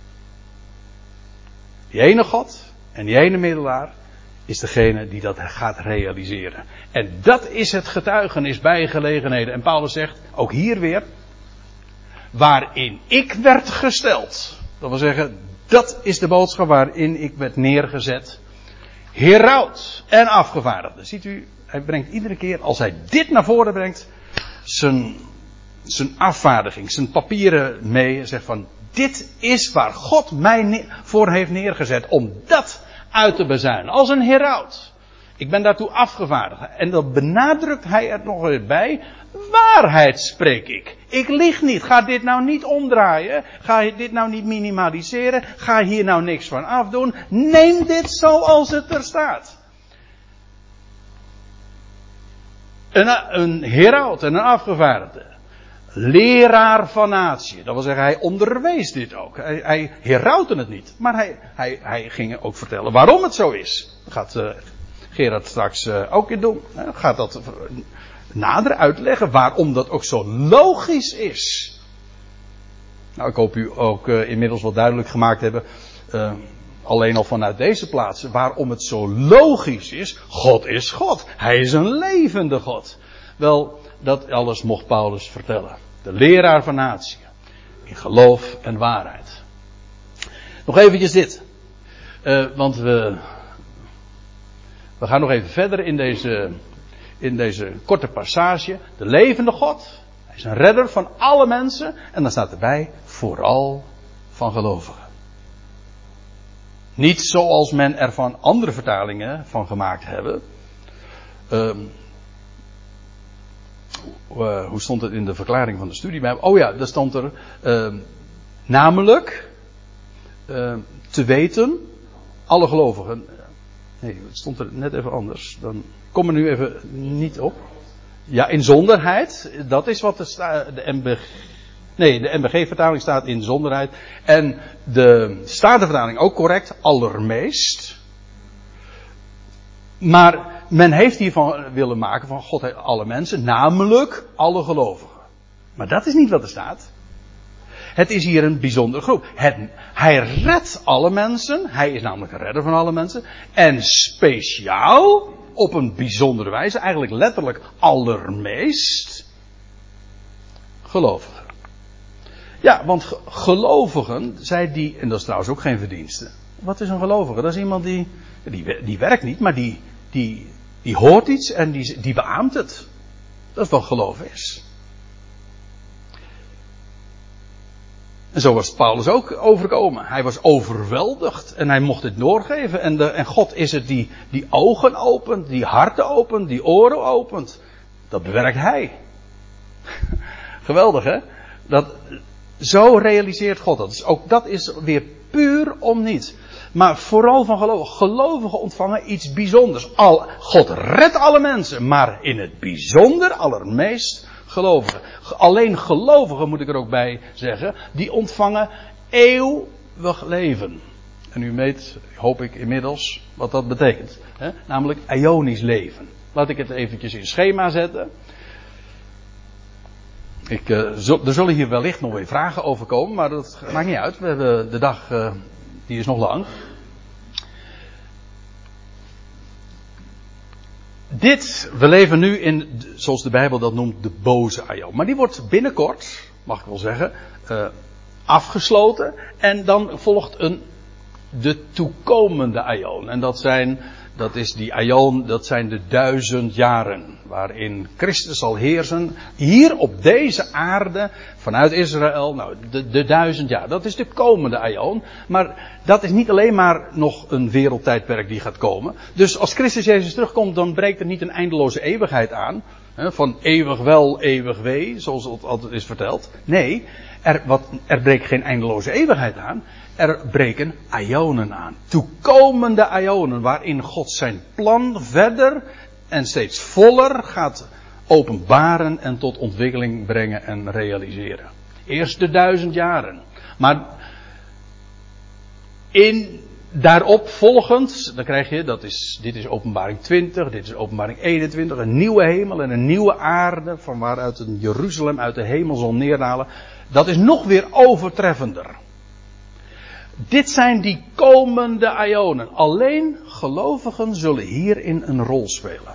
Die ene God en die ene middelaar is degene die dat gaat realiseren. En dat is het getuigenis bij gelegenheden. En Paulus zegt, ook hier weer, waarin ik werd gesteld. Dat wil zeggen, dat is de boodschap waarin ik werd neergezet. Heraut en afgevaardigde. Ziet u, hij brengt iedere keer, als hij dit naar voren brengt, zijn afvaardiging, zijn papieren mee. En zegt van, dit is waar God mij voor heeft neergezet. Om dat uit te bezuinen. Als een heraut. Ik ben daartoe afgevaardigd. En dan benadrukt hij er nog weer bij. Waarheid spreek ik. Ik lieg niet. Ga dit nou niet omdraaien. Ga dit nou niet minimaliseren. Ga hier nou niks van afdoen. Neem dit zoals het er staat. Een heraut en een afgevaardigde. Leraar van natie. Dat wil zeggen, hij onderwees dit ook. Hij herautte het niet. Maar hij ging ook vertellen waarom het zo is. Dat gaat Gerard straks ook weer doen. Gaat dat nader uitleggen waarom dat ook zo logisch is. Nou, ik hoop u ook inmiddels wel duidelijk gemaakt hebben. Alleen al vanuit deze plaats. Waarom het zo logisch is. God is God. Hij is een levende God. Wel, dat alles mocht Paulus vertellen. De leraar van natie. In geloof en waarheid. Nog eventjes dit. Want we gaan nog even verder in deze korte passage. De levende God. Hij is een redder van alle mensen. En dan staat erbij, vooral van gelovigen. Niet zoals men er van andere vertalingen van gemaakt hebben. Hoe stond het in de verklaring van de studiebijbel? Oh ja, daar stond er namelijk te weten, alle gelovigen. Nee, het stond er net even anders. Dan kom er nu even niet op. Ja, inzonderheid. Dat is wat de MBG-vertaling staat inzonderheid. En de Statenvertaling ook correct, allermeest. Maar men heeft hiervan willen maken van God heeft alle mensen, namelijk alle gelovigen. Maar dat is niet wat er staat. Het is hier een bijzondere groep. Hij redt alle mensen. Hij is namelijk een redder van alle mensen. En speciaal, op een bijzondere wijze, eigenlijk letterlijk allermeest, gelovigen. Ja, want gelovigen, zij die, en dat is trouwens ook geen verdienste. Wat is een gelovige? Dat is iemand die werkt niet, maar die hoort iets en die beaamt het. Dat is wat geloof is. En zo was Paulus ook overkomen. Hij was overweldigd en hij mocht dit doorgeven. En God is het die ogen opent, die harten opent, die oren opent. Dat bewerkt hij. Geweldig, hè? Zo realiseert God dat. Dus ook dat is weer puur om niets. Maar vooral van gelovigen. Gelovigen ontvangen iets bijzonders. God redt alle mensen, maar in het bijzonder allermeest gelovigen. Alleen gelovigen, moet ik er ook bij zeggen, die ontvangen eeuwig leven. En u weet, hoop ik inmiddels, wat dat betekent. Hè? Namelijk Ionisch leven. Laat ik het eventjes in schema zetten. Er zullen hier wellicht nog weer vragen over komen, maar dat maakt niet uit. We hebben de dag, die is nog lang. We leven nu in, zoals de Bijbel dat noemt, de boze aion. Maar die wordt binnenkort, mag ik wel zeggen, afgesloten. En dan volgt de toekomende aion. En dat is die aion, dat zijn de 1000 jaren. Waarin Christus zal heersen. Hier op deze aarde, vanuit Israël. Nou, de 1000 jaar. Dat is de komende aion. Maar dat is niet alleen maar nog een wereldtijdperk die gaat komen. Dus als Christus Jezus terugkomt, dan breekt er niet een eindeloze eeuwigheid aan. Van eeuwig wel, eeuwig wee, zoals het altijd is verteld. Nee, er breekt geen eindeloze eeuwigheid aan. Er breken aionen aan. Toekomende aionen waarin God zijn plan verder en steeds voller gaat openbaren en tot ontwikkeling brengen en realiseren. Eerst de 1000 jaren. Maar daarop volgend, dan krijg je, dit is openbaring 20, dit is openbaring 21, een nieuwe hemel en een nieuwe aarde, van waaruit een Jeruzalem uit de hemel zal neerdalen. Dat is nog weer overtreffender. Dit zijn die komende aionen. Alleen gelovigen zullen hierin een rol spelen.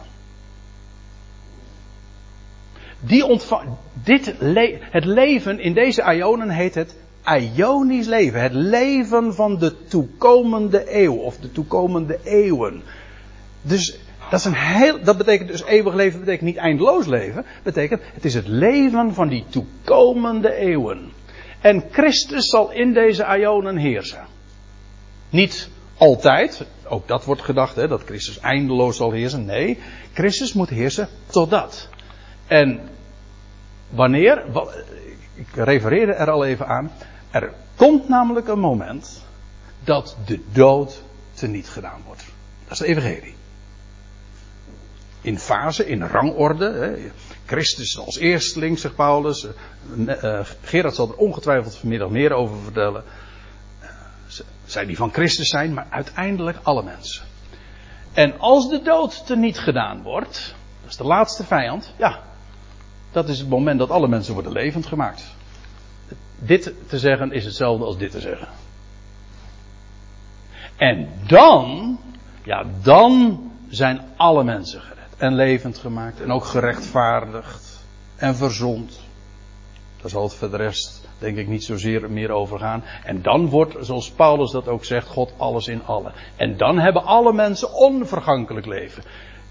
Het leven in deze aionen heet het aionisch leven. Het leven van de toekomende eeuw. Of de toekomende eeuwen. Dus dat betekent dus eeuwig leven, betekent niet eindeloos leven. Betekent, het is het leven van die toekomende eeuwen. En Christus zal in deze aionen heersen. Niet altijd, ook dat wordt gedacht, hè, dat Christus eindeloos zal heersen. Nee, Christus moet heersen totdat. En wanneer? Ik refereerde er al even aan. Er komt namelijk een moment dat de dood teniet gedaan wordt. Dat is de evangelie. In fase, in rangorde. Hè. Christus als eersteling, zegt Paulus. Gerard zal er ongetwijfeld vanmiddag meer over vertellen. Zij die van Christus zijn, maar uiteindelijk alle mensen. En als de dood teniet gedaan wordt, dat is de laatste vijand, ja, dat is het moment dat alle mensen worden levend gemaakt. Dit te zeggen is hetzelfde als dit te zeggen. En dan zijn alle mensen gered. En levend gemaakt. En ook gerechtvaardigd. En verzond. Daar zal het voor de rest denk ik niet zozeer meer over gaan. En dan wordt, zoals Paulus dat ook zegt, God alles in allen. En dan hebben alle mensen onvergankelijk leven.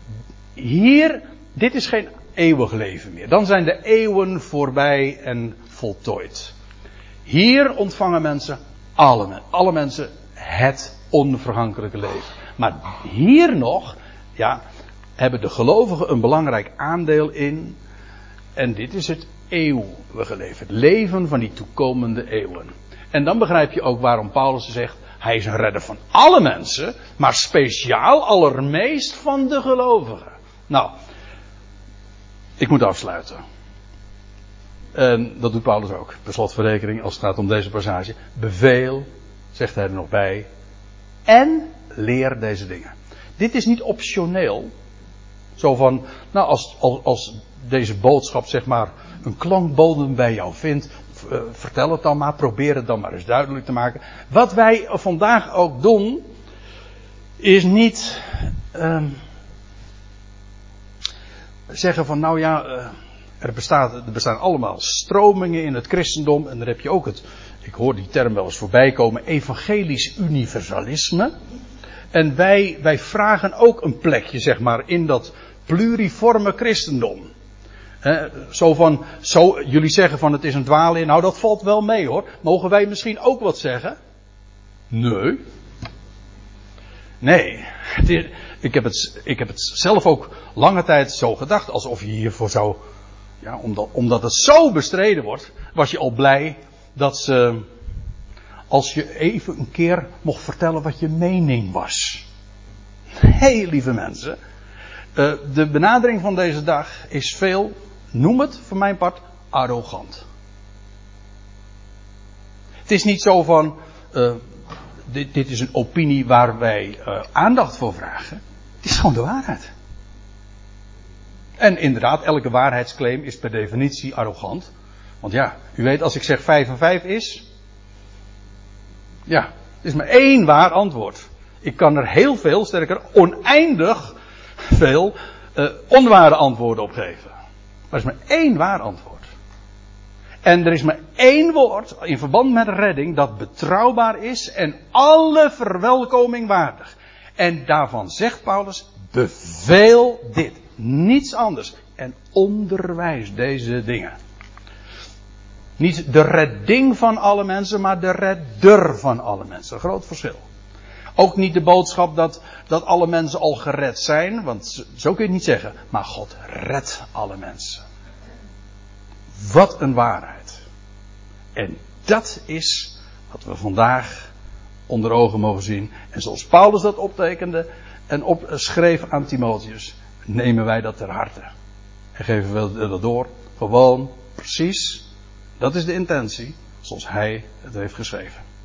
Dit is geen eeuwig leven meer. Dan zijn de eeuwen voorbij en voltooid. Hier ontvangen mensen, alle mensen, het onvergankelijke leven. Maar hier nog, hebben de gelovigen een belangrijk aandeel in. En dit is het eeuwige leven. Het leven van die toekomende eeuwen. En dan begrijp je ook waarom Paulus zegt, hij is een redder van alle mensen, maar speciaal allermeest van de gelovigen. Nou, ik moet afsluiten. En dat doet Paulus ook. Per slotverrekening, als het gaat om deze passage. Beveel, zegt hij er nog bij. En leer deze dingen. Dit is niet optioneel. Zo van, nou als deze boodschap zeg maar een klankbodem bij jou vindt. Vertel het dan maar, probeer het dan maar eens duidelijk te maken. Wat wij vandaag ook doen, is niet zeggen van nou ja, er bestaan allemaal stromingen in het christendom. En dan heb je ook ik hoor die term wel eens voorbij komen, evangelisch universalisme. En wij vragen ook een plekje zeg maar in dat pluriforme christendom. Jullie zeggen van het is een dwaalleer. Nou, dat valt wel mee hoor. Mogen wij misschien ook wat zeggen? Nee. Nee. Ik heb het zelf ook lange tijd zo gedacht. Alsof je hiervoor zou... Ja, omdat het zo bestreden wordt, was je al blij dat ze... Als je even een keer mocht vertellen wat je mening was. Nee, lieve mensen. De benadering van deze dag is veel, noem het voor mijn part, arrogant. Het is niet zo van, dit is een opinie waar wij aandacht voor vragen. Het is gewoon de waarheid. En inderdaad, elke waarheidsclaim is per definitie arrogant. Want ja, u weet, als ik zeg 5 en 5 is... Ja, er is maar één waar antwoord. Ik kan er heel veel, sterker, oneindig veel onware antwoorden op geven. Maar er is maar één waar antwoord. En er is maar één woord in verband met redding dat betrouwbaar is en alle verwelkoming waardig. En daarvan zegt Paulus, beveel dit, niets anders. En onderwijs deze dingen. Niet de redding van alle mensen, maar de redder van alle mensen. Een groot verschil. Ook niet de boodschap dat alle mensen al gered zijn, want zo kun je het niet zeggen. Maar God redt alle mensen. Wat een waarheid. En dat is wat we vandaag onder ogen mogen zien. En zoals Paulus dat optekende en opschreef aan Timotheus, nemen wij dat ter harte. En geven we dat door. Gewoon, precies. Dat is de intentie, zoals hij het heeft geschreven.